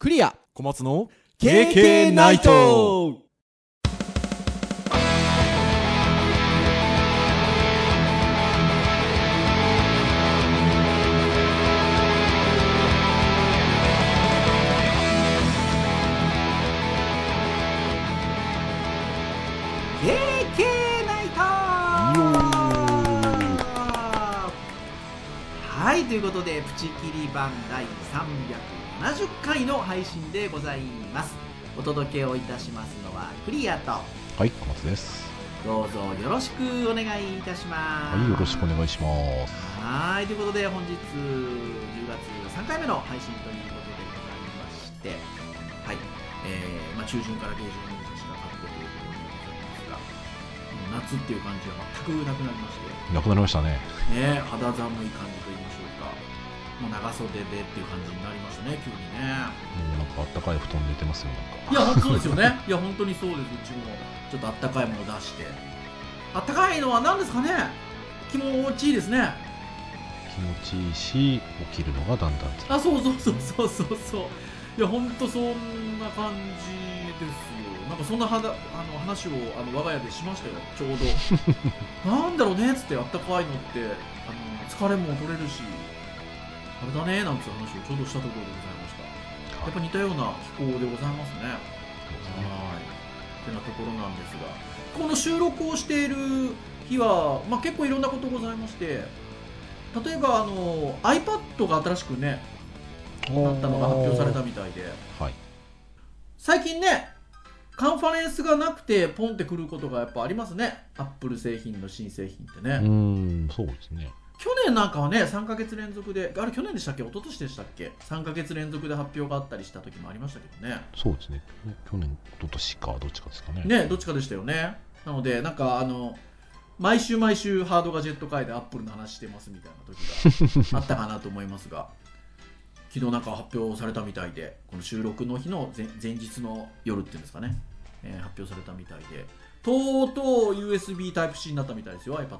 クリア小松の KK ナイト。 はい、ということでプチキリ版第370回の配信でございます。お届けをいたしますのはクリアと、 はい、小松です。 どうぞよろしくお願いいたします。 はい、よろしくお願いします。 はい、ということで本日10月3回目の配信ということでございまして、はい、中旬から下旬に差し掛かってということでございますが、夏っていう感じは全くなくなりまして、 なくなりましたね。 肌寒い感じと言いましょうか、もう長袖でっていう感じになりましたね、急にね。 もうなんかあったかい布団寝てますよ、なんか。 いや、本当そうですよね。いや、本当にそうです。うちもちょっとあったかいものを出して。あったかいのは何ですかね。気持ちいいですね。 気持ちいいし、起きるのがだんだん辛い。 あ、そうそうそうそうそうそう。いや、本当そんな感じですよ。なんかそんな話を我が家でしましたよ、ちょうど。なんだろうねっつって、あったかいのって疲れも取れるし、あれだねなんていう話をちょうどしたところでございました。やっぱ似たような気候でございますね。はい。ってなところなんですが、この収録をしている日は、結構いろんなことございまして、例えばiPad が新しくねなったのが発表されたみたいで、 はい、 最近ねカンファレンスがなくてポンってくることがやっぱありますね。アップル製品の新製品ってね。 そうですね。 去年なんかはね3ヶ月連続で、あれ去年でしたっけ、一昨年でしたっけ、3ヶ月連続で発表があったりした時もありましたけどね。 そうですね。去年、一昨年かどっちかですかね。 ね、どっちかでしたよね。なのでなんか毎週ハードガジェット界でアップルの話してますみたいな時があったかなと思いますが、昨日なんか発表されたみたいで、この収録の日の 前日の夜っていうんですかね、発表されたみたいで、とうとう USB Type-C になったみたいですよ、iPad。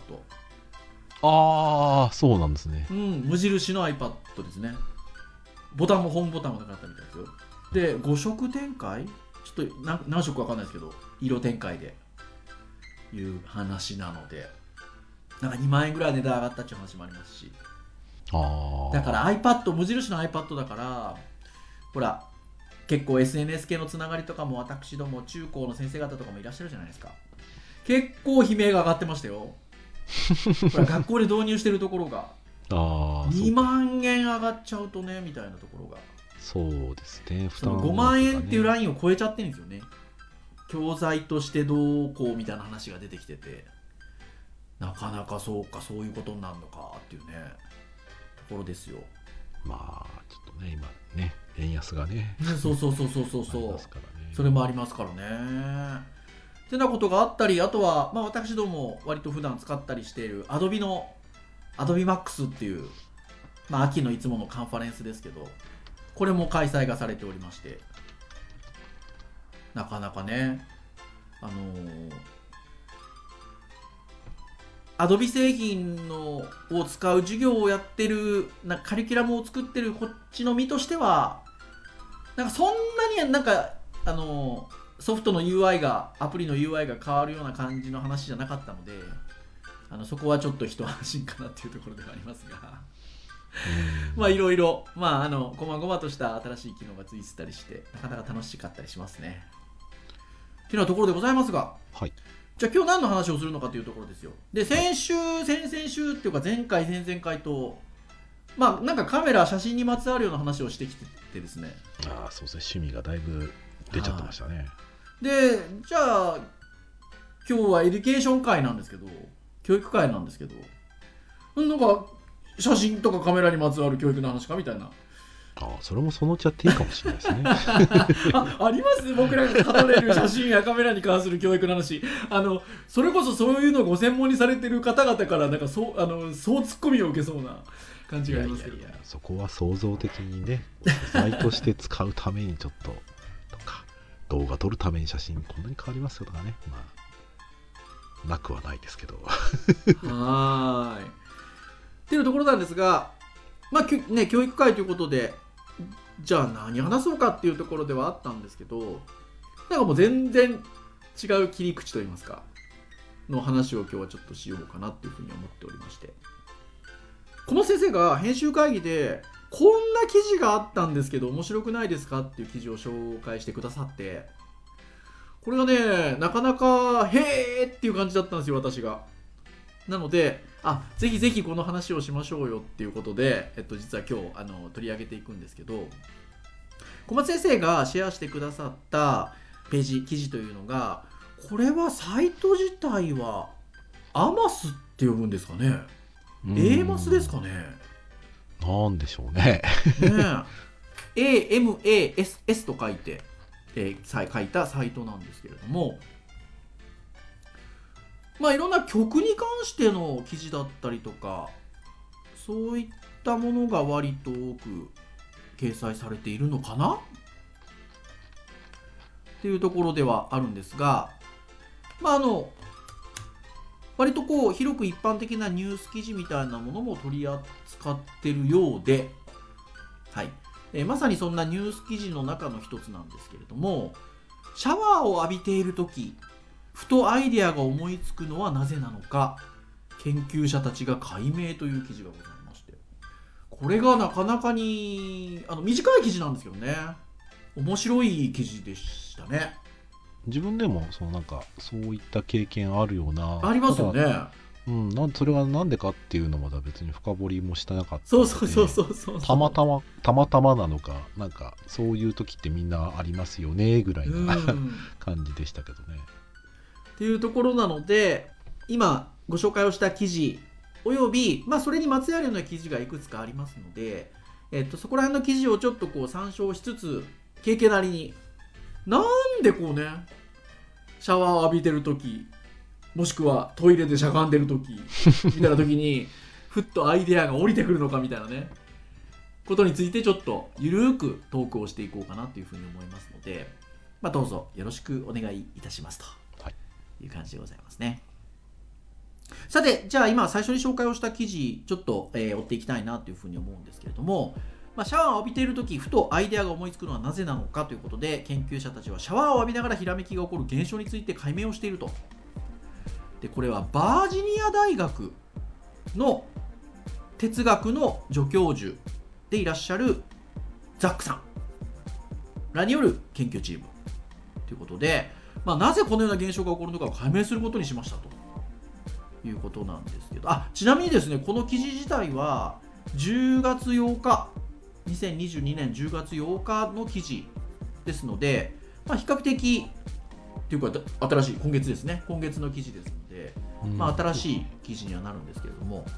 ああ、そうなんですね。 無印の iPad ですね。ボタンもホームボタンがなくなったみたいですよ。で、5色展開、ちょっと何色か分かんないですけど、色展開でいう話なので、なんか2万円ぐらい値段上がったっていう話もありますし、だから iPad、無印の iPad だから、ほら結構 SNS 系のつながりとかも、私ども中高の先生方とかもいらっしゃるじゃないですか。結構悲鳴が上がってましたよ。ほら学校で導入してるところが2万円上がっちゃうとねみたいなところが、 そうですね、 その5万円っていうラインを超えちゃってるんですよね。教材としてどうこうみたいな話が出てきてて、なかなかそうか、そういうことになるのかっていうねところですよ。 まあちょっとね、今ね円安がね、 そうそうそれもありますからね。ってなことがあったり、あとは私ども割と普段使ったりしている Adobe の AdobeMax っていう、秋のいつものカンファレンスですけど、これも開催がされておりまして、なかなかねAdobe 製品を使う授業をやってるカリキュラムを作ってるこっちの身としては、なんかそんなになんかソフトの UI が、アプリの UI が変わるような感じの話じゃなかったので、そこはちょっと一安心かなっていうところではありますがいろいろこまごまとした新しい機能がついてたりして、なかなか楽しかったりしますねっていうようなところでございますが、 はい、 じゃあ今日何の話をするのかというところですよ。で、先々週っていうか前々回となんかカメラ、写真にまつわるような話をしてきててですね。 そうですね、趣味がだいぶ出ちゃってましたね。 で、じゃあ今日はエデュケーション会なんですけど、教育会なんですけど、なんか写真とかカメラにまつわる教育の話かみたいな。 それもそのうちやっていいかもしれないですね。 あります、僕らが語れる写真やカメラに関する教育の話。それこそそういうのをご専門にされてる方々からなんかそうツッコミを受けそうな感じがありますけど。 いやそこは創造的にね、素材として使うためにちょっとか、動画撮るために写真こんなに変わりますよとかね、なくはないですけどはい。っていうところなんですが、教育会ということでじゃあ何話そうかっていうところではあったんですけど、なんかもう全然違う切り口といいますかの話を今日はちょっとしようかなっていうふうに思っておりまして、この先生が編集会議でこんな記事があったんですけど面白くないですかっていう記事を紹介してくださって、これがねなかなかへーっていう感じだったんですよ、私が。なのでぜひぜひこの話をしましょうよっていうことで、実は今日取り上げていくんですけど、小松先生がシェアしてくださったページ記事というのが、これはサイト自体はアマスって呼ぶんですかね、A マスですかね、 なんでしょうね。 AMASS と書いて、書いたサイトなんですけれども、いろんな曲に関しての記事だったりとか、そういったものが割と多く掲載されているのかなっていうところではあるんですが、割と広く一般的なニュース記事みたいなものも取り扱っているようで、はい、まさにそんなニュース記事の中の一つなんですけれども、シャワーを浴びているときふとアイデアが思いつくのはなぜなのか、研究者たちが解明という記事がございまして、これがなかなかに短い記事なんですけどね、面白い記事でしたね。 自分でもそういった経験あるような。 ありますよね。 それがなんでかっていうのまだ別に深掘りもしてなかったので、 そうたまたまなのか、そういう時ってみんなありますよねぐらいな感じでしたけどね。 っていうところなので、今ご紹介をした記事および、それにまつわるような記事がいくつかありますので、そこら辺の記事をちょっと参照しつつ、経験なりになんでシャワーを浴びてるとき、もしくはトイレでしゃがんでるときみたいなときにふっとアイデアが降りてくるのかみたいなねことについて、ちょっとゆるーくトークをしていこうかなというふうに思いますので、どうぞよろしくお願いいたしますという感じでございますね。さて、じゃあ今最初に紹介をした記事ちょっと、追っていきたいなというふうに思うんですけれども、シャワーを浴びているときふとアイデアが思いつくのはなぜなのかということで、研究者たちはシャワーを浴びながらひらめきが起こる現象について解明をしていると。でこれはバージニア大学の哲学の助教授でいらっしゃるザックさんらによる研究チームということで、なぜこのような現象が起こるのかを解明することにしましたということなんですけど、ちなみにですね、この記事自体は10月8日2022年10月8日の記事ですので、比較的というか新しい今月ですね、今月の記事ですので、新しい記事にはなるんですけれども、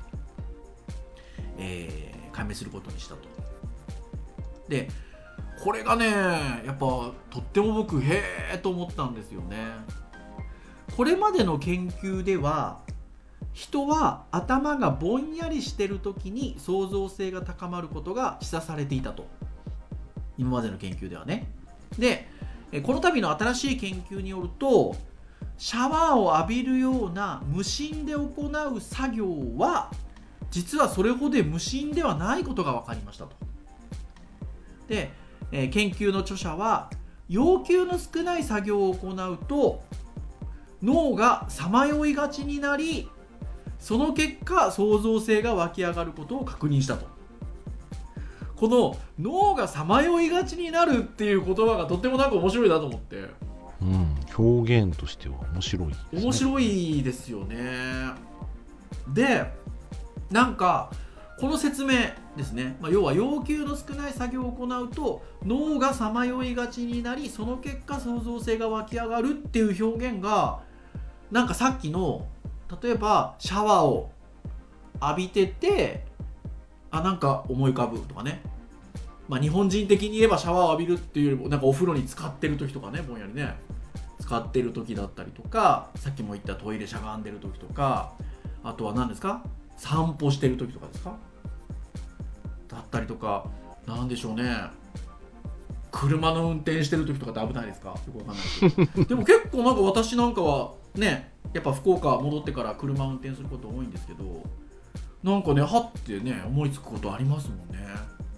解明することにしたと。でこれがねやっぱとっても僕へーと思ったんですよね。これまでの研究では人は頭がぼんやりしてる時に創造性が高まることが示唆されていたと、今までの研究ではね。でこの度の新しい研究によると、シャワーを浴びるような無心で行う作業は実はそれほど無心ではないことが分かりましたと。で研究の著者は、要求の少ない作業を行うと脳がさまよいがちになり、その結果創造性が湧き上がることを確認したと。この脳がさまよいがちになるっていう言葉がとっても面白いなと思って、 表現としては面白いですね。 面白いですよね。でこの説明ですね、要は要求の少ない作業を行うと脳がさまよいがちになり、その結果創造性が湧き上がるっていう表現がさっきの例えばシャワーを浴びてて思い浮かぶとかね、日本人的に言えばシャワーを浴びるっていうよりもお風呂に浸かってる時とかね、ぼんやりね使ってる時だったりとか、さっきも言ったトイレしゃがんでる時とか、あとは何ですか、散歩してる時とかですかだったりとか、なんでしょうね、車の運転してる時とかって危ないですか、よくわかんないけどでも結構私はね、やっぱ福岡戻ってから車運転すること多いんですけど、はってね思いつくことありますもんね。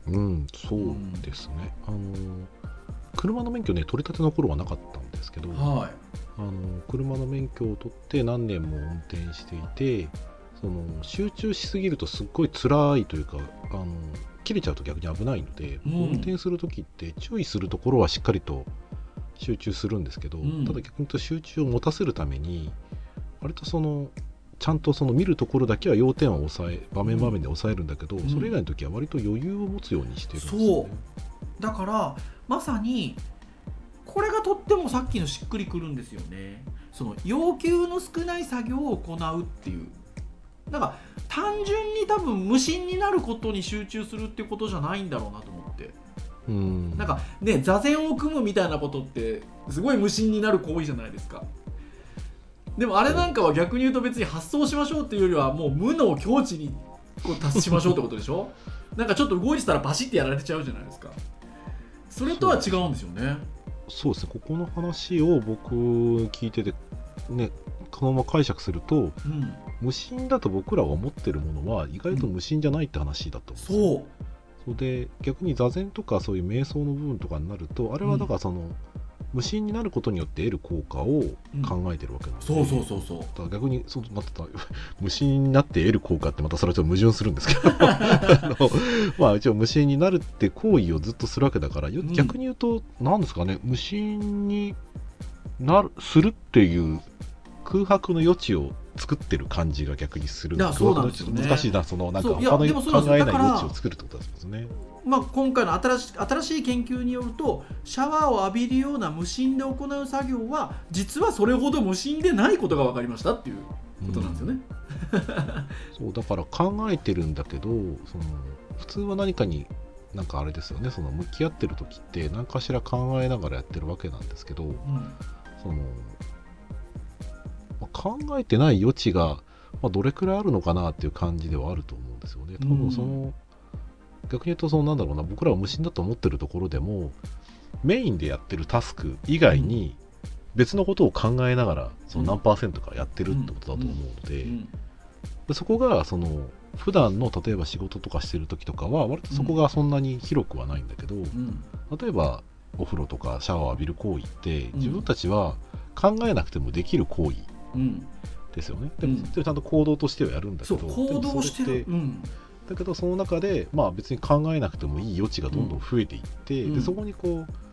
うん、そうですね、車の免許ね取り立ての頃はなかったんですけど、 はい。 車の免許を取って何年も運転していて、その集中しすぎるとすっごい辛いというか、切れちゃうと逆に危ないので、 うん運転するときって注意するところはしっかりと集中するんですけど、 うんただ逆に言うと集中を持たせるために割とちゃんと見るところだけは要点を場面場面で抑えるんだけど、 んそれ以外の時は割と余裕を持つようにしてるんですよそね。 うだからまさにこれがとってもさっきのしっくりくるんですよね。その要求の少ない作業を行うっていう、なんか単純に多分無心になることに集中するっていうことじゃないんだろうなと思って、なんかね、座禅を組むみたいなことってすごい無心になる行為じゃないですか。でもあれなんかは逆に言うと別に発想しましょうっていうよりはもう無の境地にこう達しましょうってことでしょなんかちょっと動いてたらバシッてやられちゃうじゃないですか。それとは違うんですよね。 そうですね、ここの話を僕聞いててね、このまま解釈すると、 うん、 無心だと僕らが思ってるものは意外と無心じゃないって話だと思うんですよ。 そうそれで逆に座禅とかそういう瞑想の部分とかになると、あれはだから無心になることによって得る効果を考えてるわけなので、 そうそうそうそう。 だから逆に待ってた無心になって得る効果ってまたそれはちょっと矛盾するんですけどまあ一応無心になるって行為をずっとするわけだから、逆に言うと何ですかね、無心にするっていう空白の余地を作ってる感じが逆にする。 そうなんですよね。 難しいな、なんか他の考えない余地を作るってことですね。 まあ、今回の新しい研究によると、シャワーを浴びるような無心で行う作業は実はそれほど無心でないことが分かりましたっていうことなんですよね。 そうだから考えてるんだけど、普通は何かになんかあれですよね、向き合ってる時って何かしら考えながらやってるわけなんですけど、考えてない余地が、どれくらいあるのかなっていう感じではあると思うんですよね。多分逆に言うとなんだろうな、僕らは無心だと思ってるところでもメインでやってるタスク以外に別のことを考えながら何パーセントかやってるってことだと思うので、そこが普段の例えば仕事とかしてる時とかは割とそこがそんなに広くはないんだけど、例えばお風呂とかシャワーを浴びる行為って自分たちは考えなくてもできる行為ですよね。でもちゃんと行動としてはやるんだけど、 行動してる。 だけどその中で、別に考えなくてもいい余地がどんどん増えていって、でそこに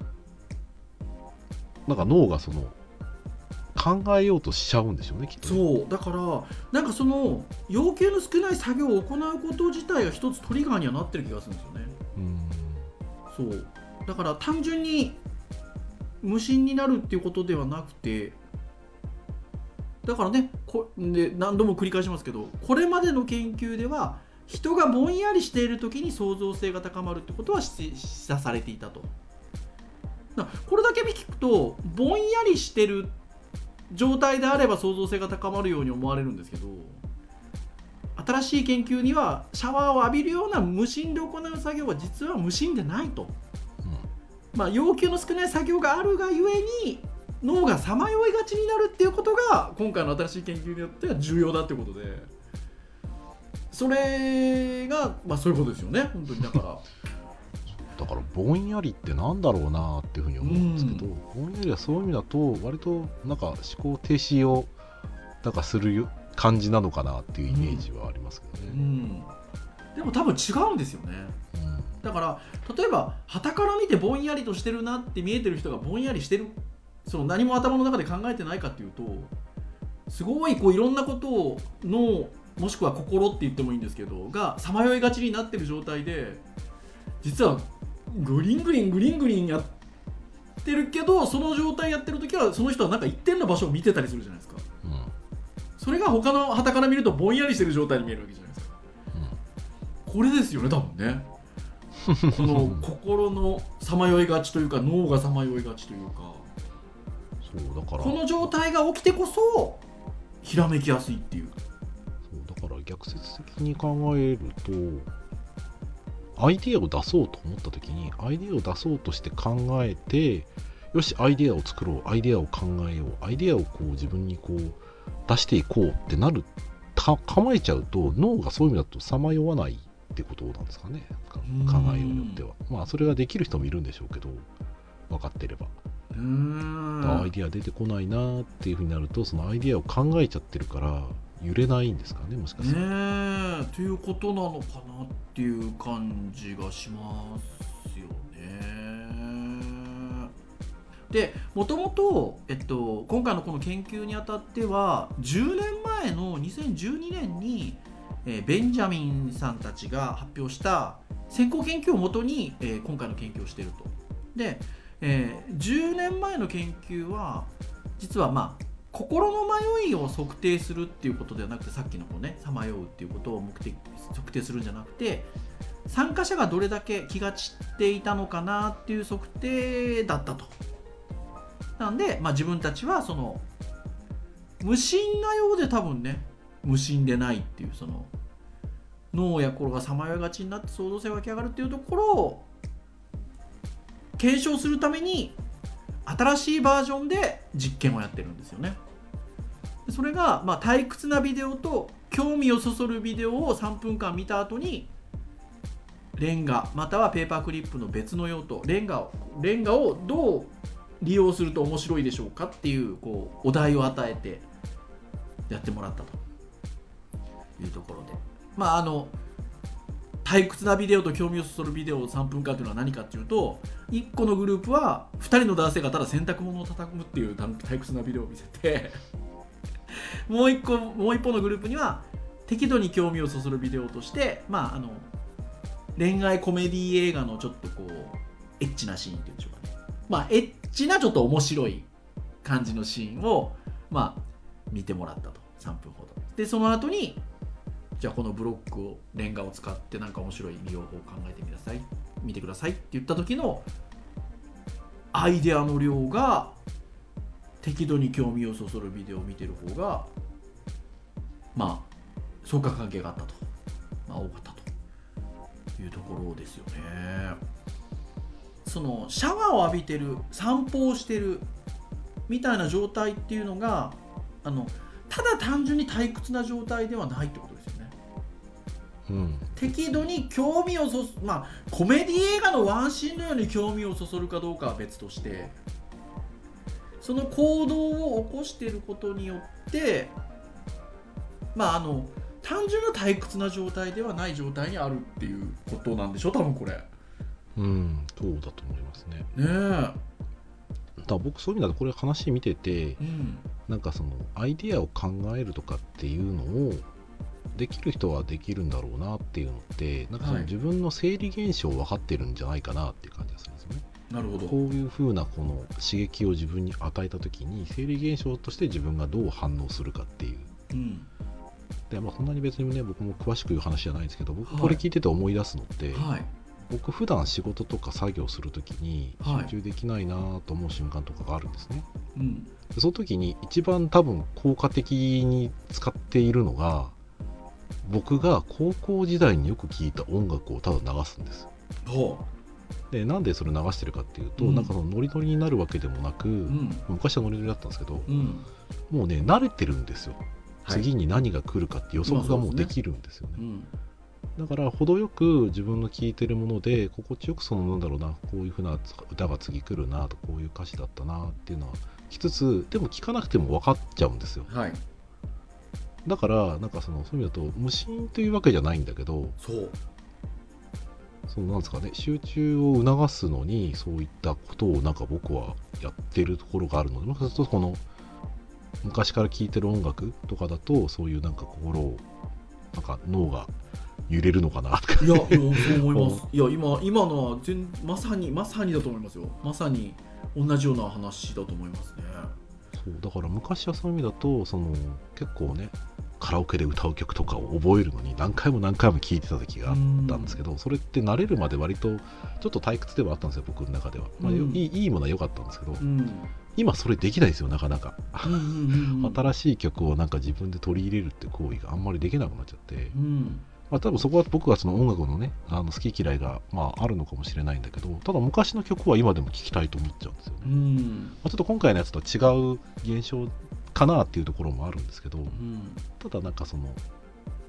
なんか脳が考えようとしちゃうんでしょうね、きっと。 そうだからなんか要求の少ない作業を行うこと自体が一つトリガーにはなってる気がするんですよね。そうだから単純に無心になるっていうことではなくて、だからね、で何度も繰り返しますけど、これまでの研究では人がぼんやりしている時に創造性が高まるってことは示唆されていたと。これだけ聞くとぼんやりしてる状態であれば創造性が高まるように思われるんですけど、新しい研究にはシャワーを浴びるような無心で行う作業は実は無心でないと、要求の少ない作業があるがゆえに脳がさまよいがちになるっていうことが今回の新しい研究によっては重要だっていうことで、それがそういうことですよね、本当に。だからぼんやりってなんだろうなっていうふうに思うんですけど、ぼんやりはそういう意味だと割となんか思考停止をなんかする感じなのかなっていうイメージはありますけどね。 でも多分違うんですよね。だから例えば傍から見てぼんやりとしてるなって見えてる人がぼんやりしてる、何も頭の中で考えてないかっていうと、すごいいろんなことを脳もしくは心って言ってもいいんですけどがさまよいがちになってる状態で、実はグリングリンやってるけど、その状態やってる時はその人はなんか一点の場所を見てたりするじゃないですか。それが他の傍から見るとぼんやりしてる状態に見えるわけじゃないですか。これですよね、多分ね。この心のさまよいがちというか脳がさまよいがちというか、 そうだからこの状態が起きてこそひらめきやすいっていう。 だから逆説的に考えると、アイデアを出そうと思った時にアイデアを出そうとして考えて、よしアイデアを作ろう、アイデアを考えよう、アイデアを自分に出していこうって構えちゃうと、脳がそういう意味だとさまよわないってことなんですかね、考うんえようによっては。まあそれができる人もいるんでしょうけど、分かってれば。アイディア出てこないなっていうふうになると、そのアイディアを考えちゃってるから揺れないんですかね、もしかすると。 ねえということなのかなっていう感じがしますよね。でもともと今回のこの研究にあたっては10年前の2012年に、ベンジャミンさんたちが発表した先行研究をもとに、今回の研究をしていると。で、10年前の研究は実はまあ心の迷いを測定するっていうことではなくて、さっきのこうね、さまようっていうことを目的測定するんじゃなくて、参加者がどれだけ気が散っていたのかなっていう測定だったと。なんで、まあ、自分たちはその無心なようで多分ね無心でないっていう、その脳や心がさまよいがちになって創造性が湧き上がるっていうところを検証するために新しいバージョンで実験をやってるんですよね。それが、まあ、退屈なビデオと興味をそそるビデオを3分間見た後にレンガまたはペーパークリップの別の用途レンガをどう利用すると面白いでしょうかっていう、こうお題を与えてやってもらったというところで、まあ退屈なビデオと興味をそそるビデオ3分間というのは何かっていうと、1個のグループは2人の男性がただ洗濯物を畳むっていう退屈なビデオを見せてもう一方のグループには適度に興味をそそるビデオとして、まあ、恋愛コメディ映画のちょっとこうエッチなシーンっていうんでしょうかね、まあ、エッチなちょっと面白い感じのシーンを、まあ、見てもらったと。3分ほどで、その後にじゃあこのブロックをレンガを使ってなんか面白い利用法を考えてみてくださいって言った時のアイデアの量が適度に興味をそそるビデオを見てる方がまあ相関関係があったと、まあ、多かったというところですよね。そのシャワーを浴びてる散歩をしてるみたいな状態っていうのがただ単純に退屈な状態ではないってことですよね。適度に興味をまあコメディ映画のワンシーンのように興味をそそるかどうかは別として、その行動を起こしていることによってまあ単純な退屈な状態ではない状態にあるっていうことなんでしょう、多分これ。 そうだと思いますね。 ねえ。 だ僕そういう意味だとこれ話見てて、なんかそのアイディアを考えるとかっていうのをできる人はできるんだろうなっていうのって、なんかその自分の生理現象を分かってるんじゃないかなっていう感じがするんですよね。 なるほど。 こういう風なこの刺激を自分に与えた時に生理現象として自分がどう反応するかっていう、でまあ、そんなに別にね僕も詳しく言う話じゃないんですけど、僕これ聞いてて思い出すのって、僕普段仕事とか作業するときに集中できないなと思う瞬間とかがあるんですね。でその時に一番多分効果的に使っているのが、僕が高校時代によく聴いた音楽をただ流すんです。でなんでそれ流してるかっていうと、なんかそのノリノリになるわけでもなく、昔はノリノリだったんですけど、もうね慣れてるんですよ。次に何が来るかって予測がもうできるんですよね。だから程よく自分の聴いてるもので心地よくなんだろうな、こういう風な歌が次来るなと、こういう歌詞だったなっていうのはきつつ、でも聴かなくても分かっちゃうんですよ。だからなんかそういう意味だと無心というわけじゃないんだけど、なんですかね、集中を促すのにそういったことをなんか僕はやってるところがあるので、もしかするとこの昔から聴いてる音楽とかだとそういうなんか心をなんか脳が揺れるのかなとか。 いやそう思います。いや今のはまさにだと思いますよ。まさに同じような話だと思いますね。 そうだから昔はそういう意味だと結構ねカラオケで歌う曲とかを覚えるのに何回も聴いてた時があったんですけど、それって慣れるまで割とちょっと退屈ではあったんですよ、僕の中では。まあ、いいものは良かったんですけど、今それできないですよ、なかなか。新しい曲をなんか自分で取り入れるって行為があんまりできなくなっちゃって、まあ、多分そこは僕はその音楽のね好き嫌いがまああるのかもしれないんだけど、ただ昔の曲は今でも聴きたいと思っちゃうんですよね。まあ、ちょっと今回のやつとは違う現象かなっていうところもあるんですけど、ただなんか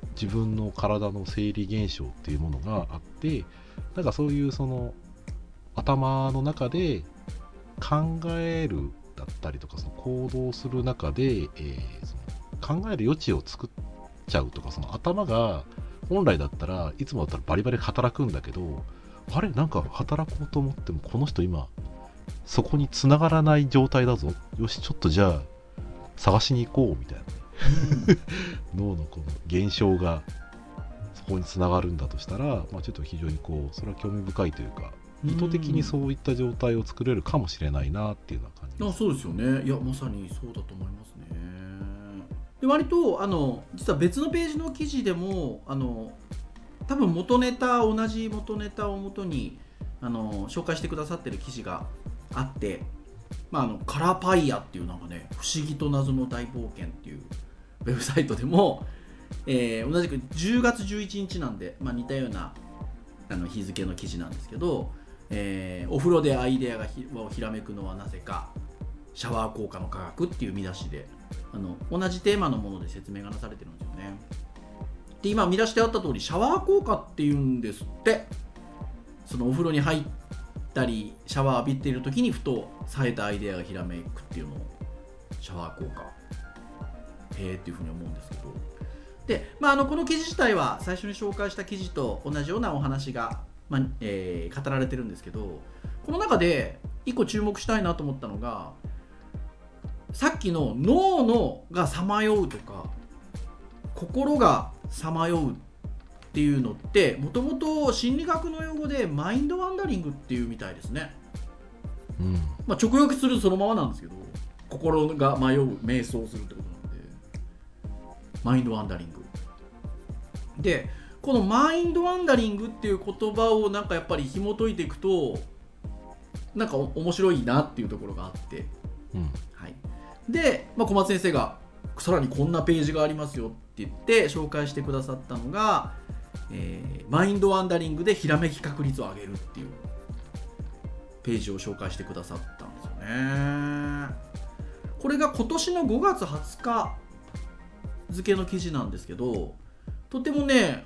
自分の体の生理現象っていうものがあって、なんかそういうその頭の中で考えるだったりとか、その行動する中で、その考える余地を作っちゃうとか、その頭が本来だったらいつもだったらバリバリ働くんだけど、あれなんか働こうと思ってもこの人今そこに繋がらない状態だぞ、よしちょっとじゃあ探しに行こうみたいな、脳のこの現象がそこに繋がるんだとしたら、まあ、ちょっと非常にこうそれは興味深いというか、意図的にそういった状態を作れるかもしれないなっていうような感じです。 そうですよね。いやまさにそうだと思いますね。で割と実は別のページの記事でも多分同じ元ネタを元に紹介してくださってる記事があって、カラパイヤっていうなんかね、不思議と謎の大冒険っていうウェブサイトでも、同じく10月11日なんで、似たような日付の記事なんですけど、お風呂でアイデアがひらめくのはなぜか、シャワー効果の科学っていう見出しで同じテーマのもので説明がなされてるんですよね。で今見出してあった通り、シャワー効果っていうんですって。そのお風呂に入ったりシャワー浴びている時にふと冴えたアイデアがひらめくっていうのをシャワー効果っていうふうに思うんですけど、で、この記事自体は最初に紹介した記事と同じようなお話が、語られてるんですけど、この中で一個注目したいなと思ったのが、さっきの脳がさまようとか心がさまようっていうのって、もともと心理学の用語でマインドワンダリングっていうみたいですね。直訳するとそのままなんですけど、心が迷う、瞑想するってことなんで、マインドワンダリングで、このマインドワンダリングっていう言葉をなんかやっぱり紐解いていくとなんか面白いなっていうところがあって、はい、で、小松先生がさらにこんなページがありますよって言って紹介してくださったのが、マインドワンダリングでひらめき確率を上げるっていうページを紹介してくださったんですよね。これが今年の5月20日付の記事なんですけど、とてもね、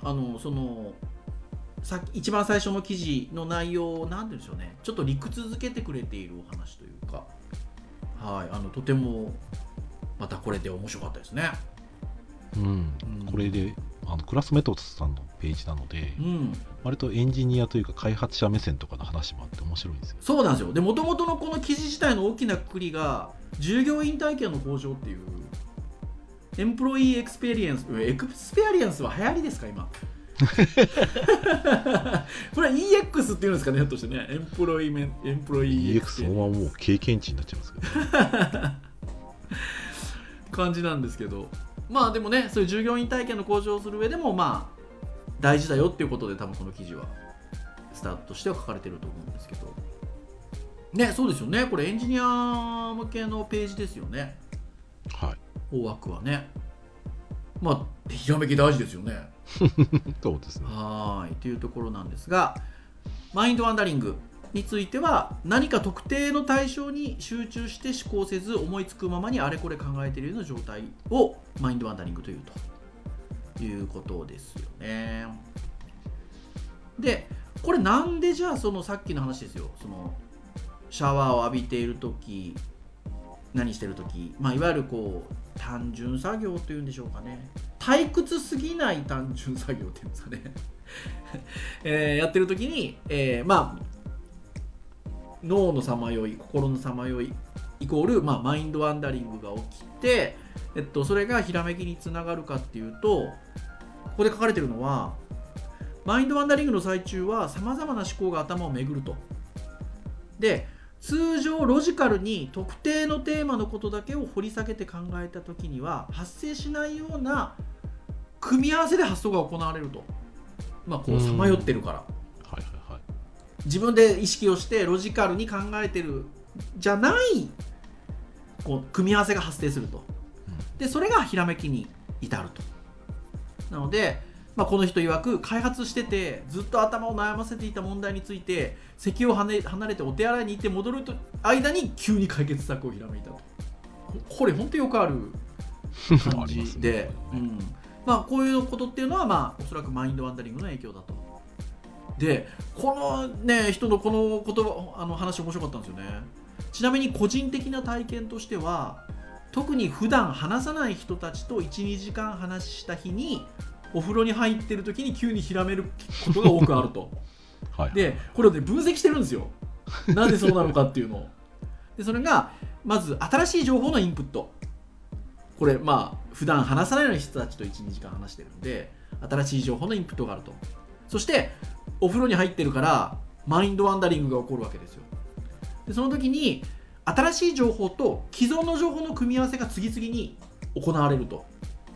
一番最初の記事の内容をなんて言うんでしょうね、ちょっと理屈づけてくれているお話というか、はい、とてもまたこれで面白かったですね。 これでクラスメトスさんのページなので、割とエンジニアというか開発者目線とかの話もあって面白いんですよ。 そうなんですよ。で、元々のこの記事自体の大きな括りが従業員体験の向上っていう、エンプロイーエクスペリエンスは流行りですか今これは EX っていうんですかね、ひょっとしてね、エンプロイー EX そのままもう経験値になっちゃいますけど、 感じなんですけど、でもね、そういう従業員体験の向上をする上でも大事だよっていうことで、多分この記事はスタートとしては書かれてると思うんですけどね。そうですよね、これエンジニア向けのページですよね。 はい、 大枠はね、ひらめき大事ですよねそうですね。 はい、というところなんですが、マインドワンダリングについては、何か特定の対象に集中して思考せず、思いつくままにあれこれ考えているような状態をマインドワンダリングというということですよね。で、これなんでじゃあさっきの話ですよ、シャワーを浴びているとき、何してるとき、いわゆる単純作業というんでしょうかね、退屈すぎない単純作業っていうんですかねやってるときに、脳のさまよい、心のさまよいイコール、マインドワンダリングが起きて、それがひらめきにつながるかっていうと、ここで書かれてるのは、マインドワンダリングの最中はさまざまな思考が頭を巡ると。で、通常ロジカルに特定のテーマのことだけを掘り下げて考えたときには発生しないような組み合わせで発想が行われると。さまよってるから、自分で意識をしてロジカルに考えてるじゃない組み合わせが発生すると。で、それがひらめきに至ると。なので、この人曰く、開発しててずっと頭を悩ませていた問題について席を離れてお手洗いに行って戻る間に急に解決策をひらめいたと。これ本当によくある感じで、 こういうことっていうのは、おそらくマインドワンダリングの影響だと。でこのね人のこの言葉話面白かったんですよね。ちなみに個人的な体験としては、特に普段話さない人たちと 1,2 時間話した日にお風呂に入ってる時に急にひらめることが多くあるとはい、 でこれを、ね、分析してるんですよ。なんでそうなのかっていうのを。でそれがまず新しい情報のインプット。これ普段話さないような人たちと 1,2 時間話してるんで、新しい情報のインプットがあると。そしてお風呂に入ってるからマインドワンダリングが起こるわけですよ。でその時に新しい情報と既存の情報の組み合わせが次々に行われると。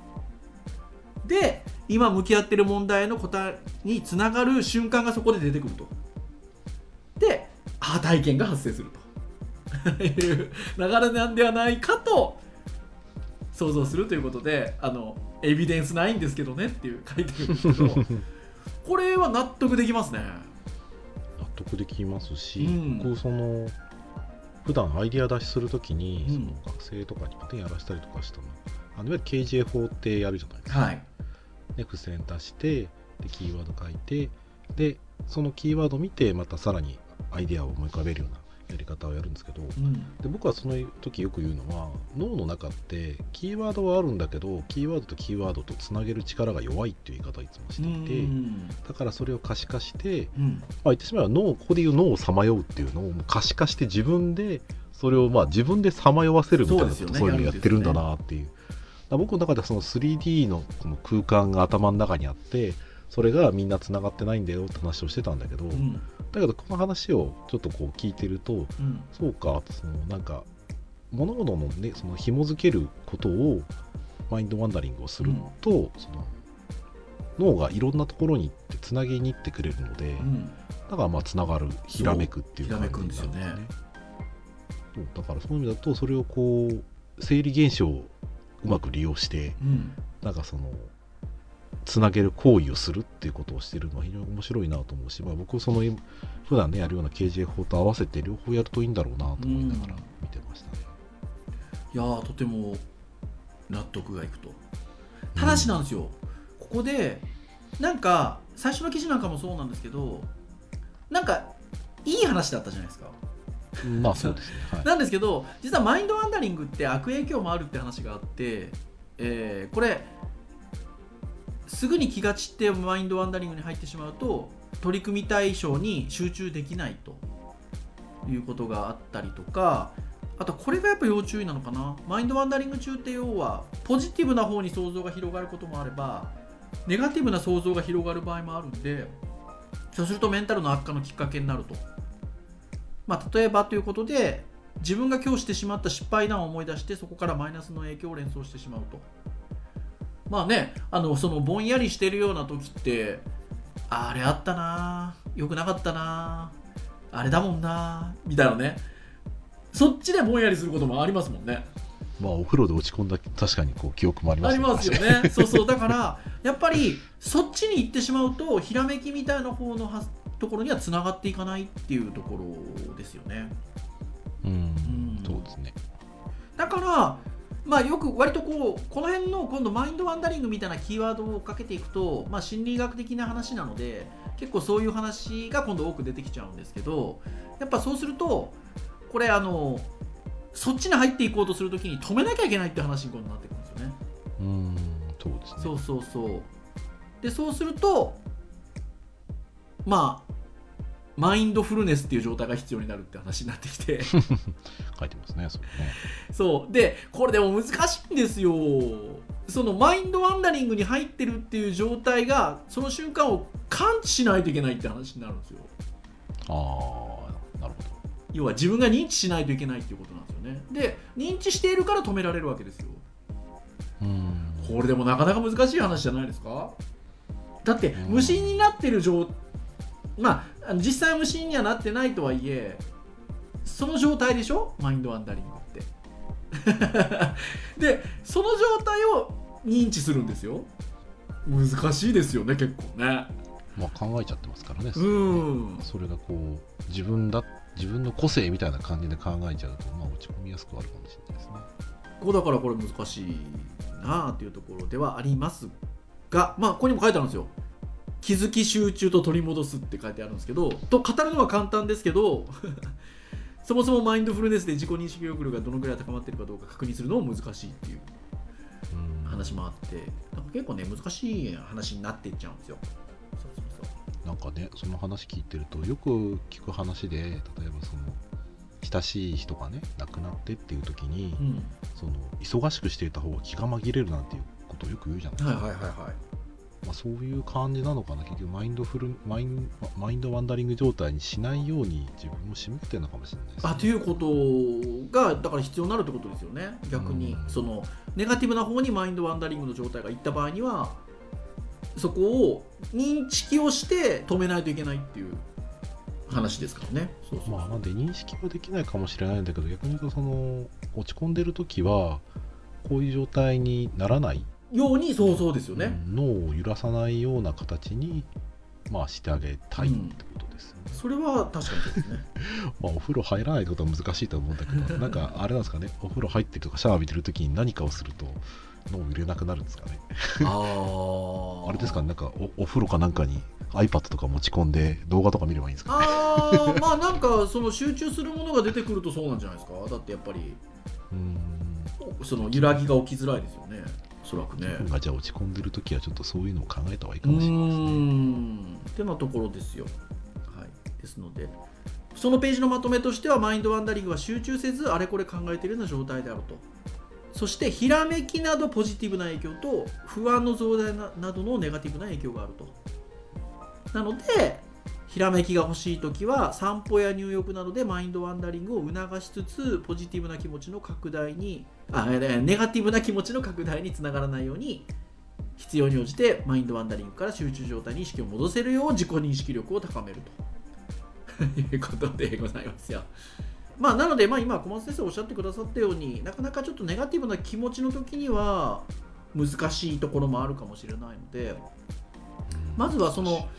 で今向き合ってる問題の答えにつながる瞬間がそこで出てくると。で体験が発生するという流れなんではないかと想像するということで、エビデンスないんですけどねっていう書いてるんですけどこれは納得できますね。 納得できますし、 僕普段アイデア出しするときに、 その学生とかにやらせたりとかしたの、いわゆる KJ 法ってやるじゃないですか、 はい、 で付箋出してでキーワード書いて、でそのキーワードを見てまたさらにアイデアを思い浮かべるようなやり方をやるんですけど、で僕はその時よく言うのは、脳の中ってキーワードはあるんだけど、キーワードとキーワードとつなげる力が弱いっていう言い方をいつもしていて、だからそれを可視化して、言ってしまえばここでいう脳をさまようっていうのを可視化して、自分でそれを自分でさまよわせるみたいなこと、そういうのをやってるんだなっていう。僕の中ではその 3D のこの空間が頭の中にあって、それがみんなつながってないんだよって話をしてたんだけど、だけどこの話をちょっと聞いてると、そうか、なんか物事のね、その紐づけることをマインドワンダリングをすると、その脳がいろんなところに行ってつなげに行ってくれるので、だからつながる、ひらめくっていう感じになるんですよね。だからそういう意味だと、それを生理現象をうまく利用して、なんかつなげる行為をするっていうことをしているのは非常に面白いなと思うし、僕普段ねやるような KJ 法と合わせて両方やるといいんだろうなと思いながら見てましたね。 いやとても納得がいくと。ただしなんですよ、ここでなんか最初の記事なんかもそうなんですけど、なんかいい話だったじゃないですか。 そうですね、はい、 なんですけど、実はマインドワンダリングって悪影響もあるって話があって、これすぐに気が散ってマインドワンダリングに入ってしまうと、取り組み対象に集中できないということがあったりとか、あとこれがやっぱ要注意なのかな。マインドワンダリング中って要はポジティブな方に想像が広がることもあれば、ネガティブな想像が広がる場合もあるんで、そうするとメンタルの悪化のきっかけになると。例えばということで、自分が今日してしまった失敗談を思い出して、そこからマイナスの影響を連想してしまうと。そのぼんやりしてるような時って、あれあったな、よくなかったな、あれだもんなみたいなね、そっちでぼんやりすることもありますもんね。 お風呂で落ち込んだ確かに記憶もありますよね。 ありますよね。そうだからやっぱりそっちに行ってしまうと、ひらめきみたいな方のところにはつながっていかないっていうところですよね。 そうですね。 だからよく割とこの辺の今度マインドワンダリングみたいなキーワードをかけていくと、心理学的な話なので結構そういう話が今度多く出てきちゃうんですけど、やっぱそうするとこれそっちに入っていこうとするときに止めなきゃいけないって話に今度なってくるんですよね。 そうですね。 そうで、そうするとマインドフルネスっていう状態が必要になるって話になってきて書いてますね、それね。 そうで、これでも難しいんですよ。そのマインドワンダリングに入ってるっていう状態が、その瞬間を感知しないといけないって話になるんですよ。 なるほど。 要は自分が認知しないといけないっていうことなんですよね。で、認知しているから止められるわけですよ。これでもなかなか難しい話じゃないですか。だって無心になってる実際は無心にはなってないとはいえ、その状態でしょ、マインドワンダリングってで、その状態を認知するんですよ。難しいですよね、結構ね。 考えちゃってますからね。それが自分の個性みたいな感じで考えちゃうと、落ち込みやすくあるかもしれないですね。 だからこれ難しいなっていうところではありますが、まあここにも書いてあるんですよ。気づき集中と取り戻すって書いてあるんですけど、と語るのは簡単ですけどそもそもマインドフルネスで自己認識力がどのくらい高まっているかどうか確認するのも難しいっていう話もあって、なんか結構ね難しい話になっていっちゃうんですよ。そうなんかね、その話聞いてるとよく聞く話で、例えばその親しい人がね亡くなってっていう時に、その忙しくしていた方が気が紛れるなんていうことをよく言うじゃないですか。 はいはいはいはい。 まあ、そういう感じなのかな。結局マインドワンダリング状態にしないように自分を仕向けてるのかもしれないですね。 ということがだから必要になるってことですよね。逆にそのネガティブな方にマインドワンダリングの状態がいった場合には、そこを認識をして止めないといけないっていう話ですからね。 まあなんで認識はできないかもしれないんだけど、逆に言うとその落ち込んでる時はこういう状態にならないように、そうですよね、 脳を揺らさないような形に、まあ、してあげたいってことですよね。 それは確かにそうですねまあお風呂入らないことは難しいと思うんだけどなんかあれなんですかね、お風呂入ってるとかシャワー浴びてる時に何かをすると脳揺れなくなるんですかねあれですかね、なんか お風呂かなんかに iPad とか持ち込んで動画とか見ればいいんですかね。 まあなんかその集中するものが出てくるとそうなんじゃないですか。だってやっぱりその揺らぎが起きづらいですよね、おそらくね。 自分がじゃあ落ち込んでる時はちょっとそういうのを考えた方がいいかもしれないですね。 ってなところですよ。はい、ですのでそのページのまとめとしては、マインドワンダリングは集中せずあれこれ考えているような状態であると。そしてひらめきなどポジティブな影響と不安の増大などのネガティブな影響があると。なのでひらめきが欲しいときは散歩や入浴などでマインドワンダリングを促しつつ、ポジティブな気持ちの拡大にネガティブな気持ちの拡大につながらないように、必要に応じてマインドワンダリングから集中状態に意識を戻せるよう自己認識力を高めるということでございますよ。まあ、なので、今小松先生おっしゃってくださったように、なかなかちょっとネガティブな気持ちの時には難しいところもあるかもしれないので、まずはその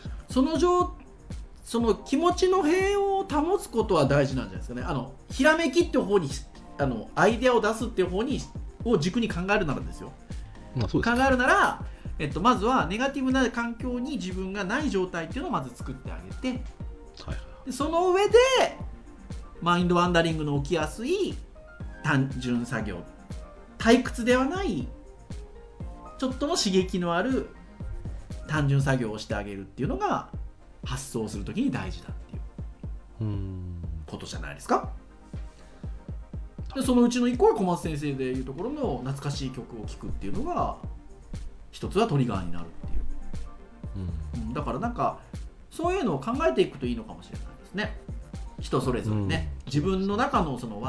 気持ちの平穏を保つことは大事なんじゃないですかね。ひらめきっていう方にアイデアを出すっていう方を軸に考えるならですよ、 そうです考えるなら、まずはネガティブな環境に自分がない状態っていうのをまず作ってあげて、でその上でマインドワンダリングの起きやすい単純作業、退屈ではないちょっとの刺激のある単純作業をしてあげるっていうのが発想するときに大事だっていうことじゃないですか。でそのうちの一個は小松先生でいうところの懐かしい曲を聴くっていうのが一つはトリガーになるっていう、だからなんかそういうのを考えていくといいのかもしれないですね。人それぞれね、自分の中のその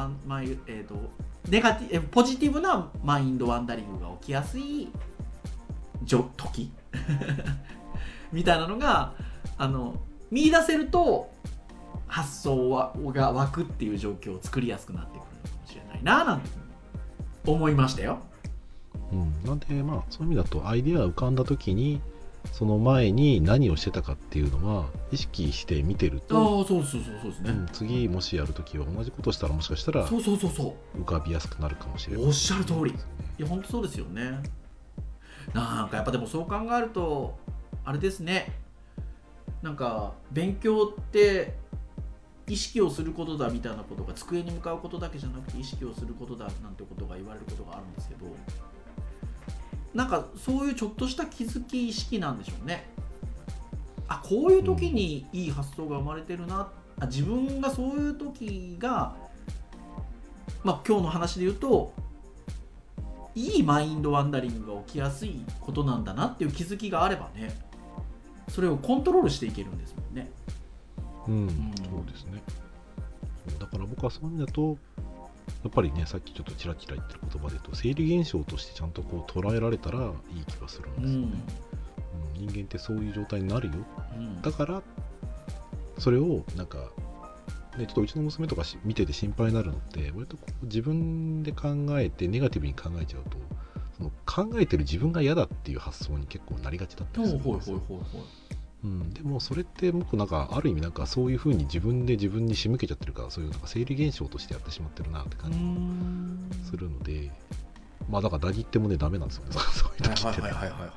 ポジティブなマインドワンダリングが起きやすい時みたいなのが見出せると発想が湧くっていう状況を作りやすくなってくるのかもしれないななんて思いましたよ。 なんでそういう意味だとアイデアが浮かんだ時にその前に何をしてたかっていうのは意識して見てると、 そうですね、 次もしやるときは同じことしたらもしかしたら浮かびやすくなるかもしれない、 おっしゃる通り。いや本当そうですよね。なんかやっぱでもそう考えるとあれですね、なんか勉強って意識をすることだみたいなことが、机に向かうことだけじゃなくて意識をすることだなんてことが言われることがあるんですけど、なんかそういうちょっとした気づき意識なんでしょうね。こういう時にいい発想が生まれてるな、自分がそういう時が、今日の話で言うといいマインドワンダリングが起きやすいことなんだなっていう気づきがあればね、それをコントロールしていけるんですもんね。 そうですね。だから僕はそういう意味だとやっぱりね、さっきちょっとちらちら言ってる言葉で言うと生理現象としてちゃんとこう捉えられたらいい気がするんですよね。人間ってそういう状態になるよ、だからそれをなんか、ね、ちょっとうちの娘とか見てて心配になるのって割とこう自分で考えてネガティブに考えちゃうと、その考えてる自分が嫌だっていう発想に結構なりがちだったりするんですよ。でもそれって僕なんかある意味なんかそういう風に自分で自分に仕向けちゃってるから、そういうなんか生理現象としてやってしまってるなって感じするので、 まあだから何言ってもねダメなんですよねそういう時ってね。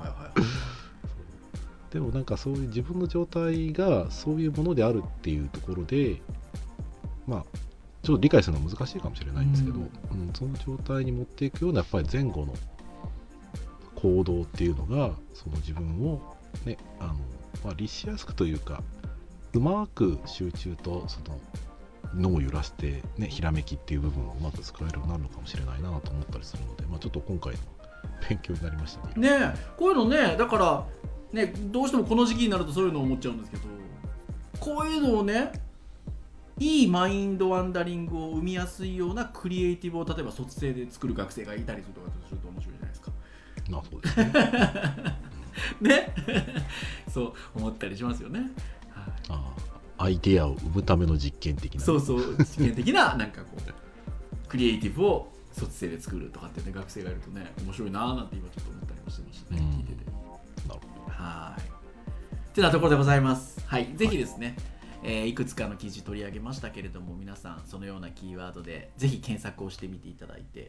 でもなんかそういう自分の状態がそういうものであるっていうところで、まあちょっと理解するのは難しいかもしれないんですけど、その状態に持っていくようなやっぱり前後の行動っていうのがその自分をね律しやすくというかうまく集中とその脳を揺らしてねひらめきっていう部分をうまく使えるようになるのかもしれないなと思ったりするので、ちょっと今回の勉強になりましたね。 ねこういうのねだからねどうしてもこの時期になるとそういうのを思っちゃうんですけど、こういうのをねいいマインドワンダリングを生みやすいようなクリエイティブを例えば卒生で作る学生がいたりするとかすると面白いじゃないですか。 そうですねねそう思ったりしますよね。 アイデアを生むための実験的な、 そう実験的ななんかこうクリエイティブを卒生で作るとかってね学生がいるとね面白いなーなんて今ちょっと思ったりもしてましたね、聞いてて。 なるほど。 はいってなところでございます。ぜひですね、いくつかの記事取り上げましたけれども、皆さんそのようなキーワードでぜひ検索をしてみていただいて、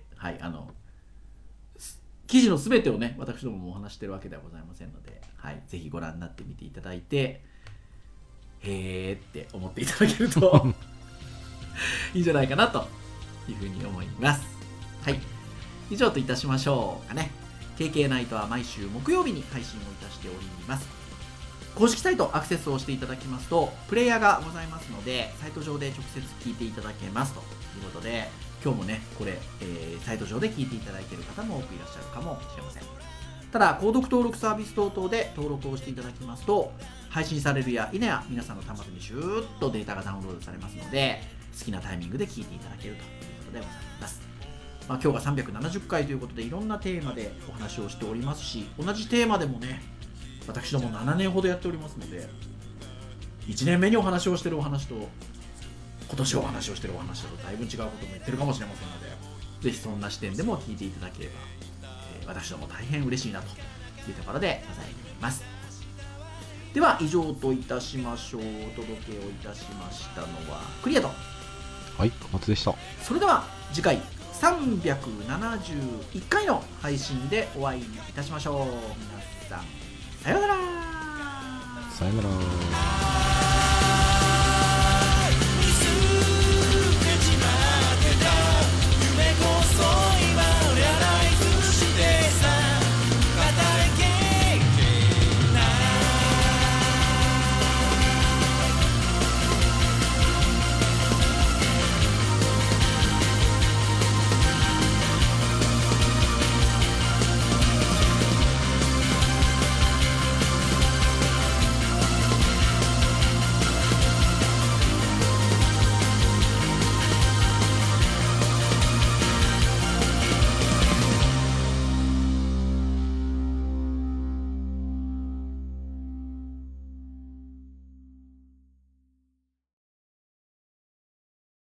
記事のすべてをね私どももお話してるわけではございませんので、ぜひご覧になってみていただいてへーって思っていただけるといいんじゃないかなというふうに思います。以上といたしましょうかね。KK ナイトは毎週木曜日に配信をいたしております。公式サイトアクセスをしていただきますとプレイヤーがございますので、サイト上で直接聞いていただけますということで、今日もねこれ、サイト上で聞いていただいている方も多くいらっしゃるかもしれません。ただ購読登録サービス等々で登録をしていただきますと、配信されるや否や皆さんの端末にシューッとデータがダウンロードされますので、好きなタイミングで聞いていただけるということでございます。今日が370回ということでいろんなテーマでお話をしておりますし、同じテーマでもね私ども7年ほどやっておりますので、1年目にお話をしているお話と今年お話をしているお話とだいぶ違うことも言ってるかもしれませんので、ぜひそんな視点でも聞いていただければ、私ども大変嬉しいなというところでございます。では以上といたしましょう。お届けをいたしましたのはクリアと小松でした。 それでは次回371回の配信でお会いいたしましょう。皆さんさようなら。 さようなら。